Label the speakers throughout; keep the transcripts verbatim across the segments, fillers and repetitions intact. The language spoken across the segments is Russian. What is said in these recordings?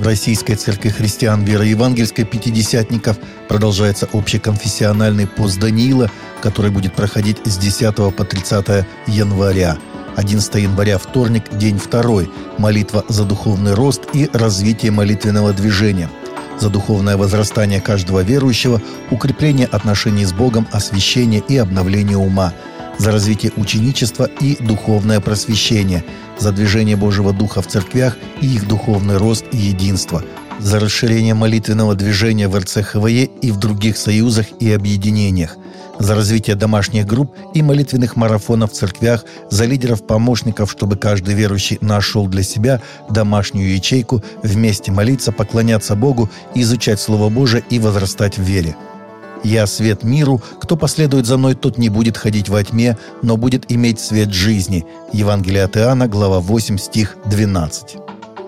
Speaker 1: Российской Церкви Христиан Вероевангельской Пятидесятников продолжается общеконфессиональный пост Даниила, который будет проходить с десятого по тридцатое января. одиннадцатого января, вторник, день второй. Молитва за духовный рост и развитие молитвенного движения. За духовное возрастание каждого верующего, укрепление отношений с Богом, освящение и обновление ума. За развитие ученичества и духовное просвещение. За движение Божьего Духа в церквях и их духовный рост и единство. За расширение молитвенного движения в эр цэ ха вэ е и в других союзах и объединениях. За развитие домашних групп и молитвенных марафонов в церквях, за лидеров-помощников, чтобы каждый верующий нашел для себя домашнюю ячейку, вместе молиться, поклоняться Богу, изучать Слово Божие и возрастать в вере. «Я свет миру, кто последует за мной, тот не будет ходить во тьме, но будет иметь свет жизни». Евангелие от Иоанна, глава восемь, стих двенадцать.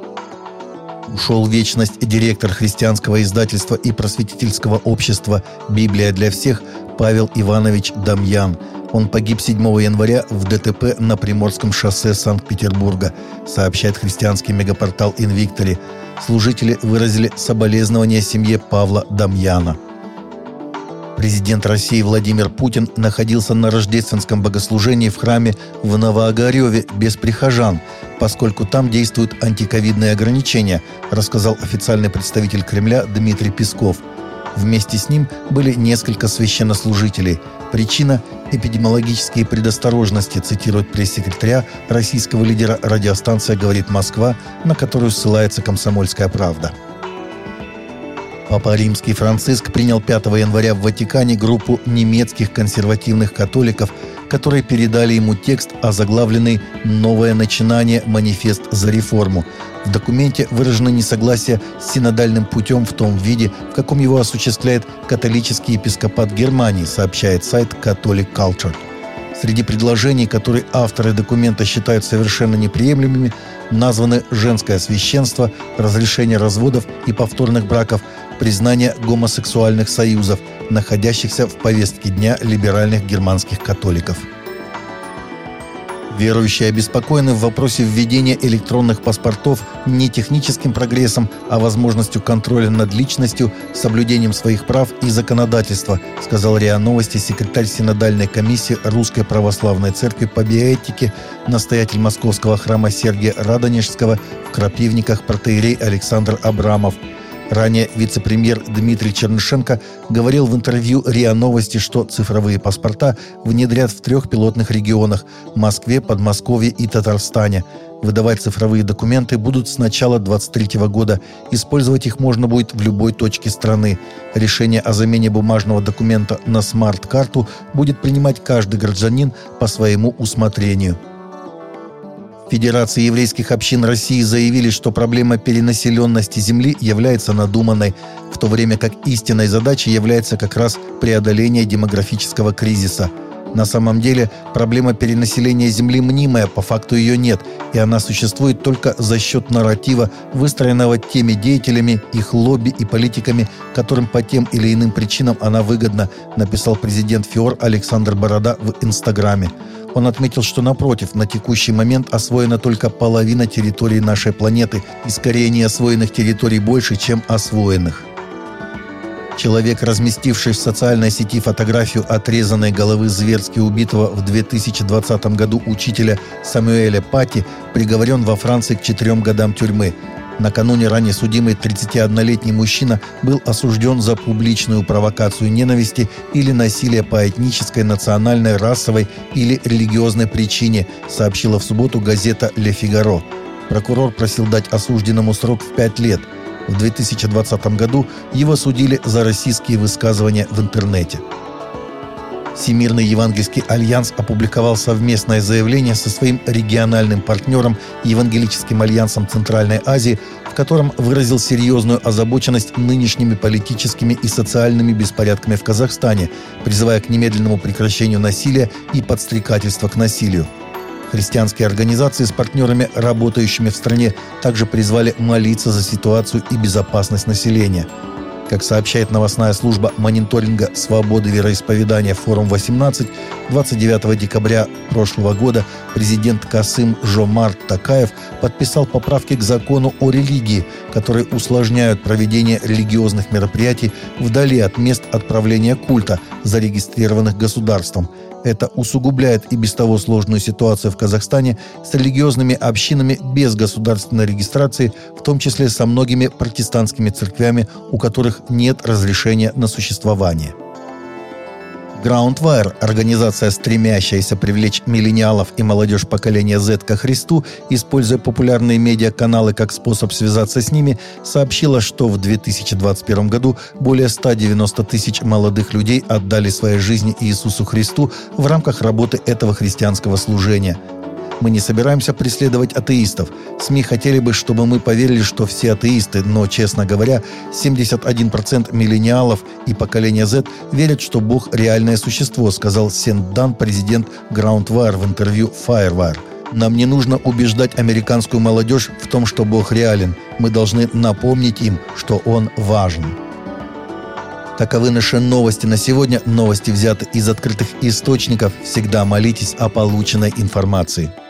Speaker 1: Ушел в вечность директор христианского издательства и просветительского общества «Библия для всех» Павел Иванович Дамьян. Он погиб седьмого января в дэ тэ пэ на Приморском шоссе Санкт-Петербурга, сообщает христианский мегапортал «Инвиктори». Служители выразили соболезнования семье Павла Дамьяна. Президент России Владимир Путин находился на рождественском богослужении в храме в Новоогареве без прихожан, поскольку там действуют антиковидные ограничения, рассказал официальный представитель Кремля Дмитрий Песков. Вместе с ним были несколько священнослужителей. Причина – эпидемиологические предосторожности, цитирует пресс-секретаря российского лидера радиостанция «Говорит Москва», на которую ссылается «Комсомольская правда». Папа Римский Франциск принял пятого января в Ватикане группу немецких консервативных католиков, которые передали ему текст, озаглавленный «Новое начинание. Манифест за реформу». В документе выражено несогласие с синодальным путем в том виде, в каком его осуществляет католический епископат Германии, сообщает сайт Catholic Culture. Среди предложений, которые авторы документа считают совершенно неприемлемыми, названы женское священство, разрешение разводов и повторных браков, признание гомосексуальных союзов, находящихся в повестке дня либеральных германских католиков. Верующие обеспокоены в вопросе введения электронных паспортов не техническим прогрессом, а возможностью контроля над личностью, соблюдением своих прав и законодательства, сказал РИА Новости секретарь Синодальной комиссии Русской Православной Церкви по биоэтике, настоятель Московского храма Сергия Радонежского в Крапивниках протоиерей Александр Абрамов. Ранее вице-премьер Дмитрий Чернышенко говорил в интервью РИА Новости, что цифровые паспорта внедрят в трех пилотных регионах – Москве, Подмосковье и Татарстане. Выдавать цифровые документы будут с начала двадцать третьего года. Использовать их можно будет в любой точке страны. Решение о замене бумажного документа на смарт-карту будет принимать каждый гражданин по своему усмотрению. В Федерации еврейских общин России заявили, что проблема перенаселенности земли является надуманной, в то время как истинной задачей является как раз преодоление демографического кризиса. На самом деле проблема перенаселения земли мнимая, по факту ее нет, и она существует только за счет нарратива, выстроенного теми деятелями, их лобби и политиками, которым по тем или иным причинам она выгодна, написал президент ФИОР Александр Борода в Инстаграме. Он отметил, что, напротив, на текущий момент освоена только половина территории нашей планеты, и скорее неосвоенных территорий больше, чем освоенных. Человек, разместивший в социальной сети фотографию отрезанной головы зверски убитого в две тысячи двадцатом году учителя Самуэля Пати, приговорен во Франции к четырем годам тюрьмы. Накануне ранее судимый тридцатиоднолетний мужчина был осужден за публичную провокацию ненависти или насилие по этнической, национальной, расовой или религиозной причине, сообщила в субботу газета «Ле Фигаро». Прокурор просил дать осужденному срок в пять лет. В две тысячи двадцатом году его судили за российские высказывания в интернете. Всемирный евангельский альянс опубликовал совместное заявление со своим региональным партнером Евангелическим альянсом Центральной Азии, в котором выразил серьезную озабоченность нынешними политическими и социальными беспорядками в Казахстане, призывая к немедленному прекращению насилия и подстрекательства к насилию. Христианские организации с партнерами, работающими в стране, также призвали молиться за ситуацию и безопасность населения. Как сообщает новостная служба мониторинга свободы вероисповедания «Форум-восемнадцать», двадцать девятого декабря прошлого года президент Касым-Жомарт Токаев подписал поправки к закону о религии, которые усложняют проведение религиозных мероприятий вдали от мест отправления культа, зарегистрированных государством. Это усугубляет и без того сложную ситуацию в Казахстане с религиозными общинами без государственной регистрации, в том числе со многими протестантскими церквями, у которых нет разрешения на существование. Groundwire, организация, стремящаяся привлечь миллениалов и молодежь поколения Z ко Христу, используя популярные медиаканалы как способ связаться с ними, сообщила, что в две тысячи двадцать первом году более ста девяноста тысяч молодых людей отдали свои жизни Иисусу Христу в рамках работы этого христианского служения. Мы не собираемся преследовать атеистов. СМИ хотели бы, чтобы мы поверили, что все атеисты, но, честно говоря, семьдесят один процент миллениалов и поколения Z верят, что Бог – реальное существо, сказал Сен Дан, президент Groundwire в интервью Firewire. Нам не нужно убеждать американскую молодежь в том, что Бог реален. Мы должны напомнить им, что Он важен. Таковы наши новости на сегодня. Новости взяты из открытых источников. Всегда молитесь о полученной информации.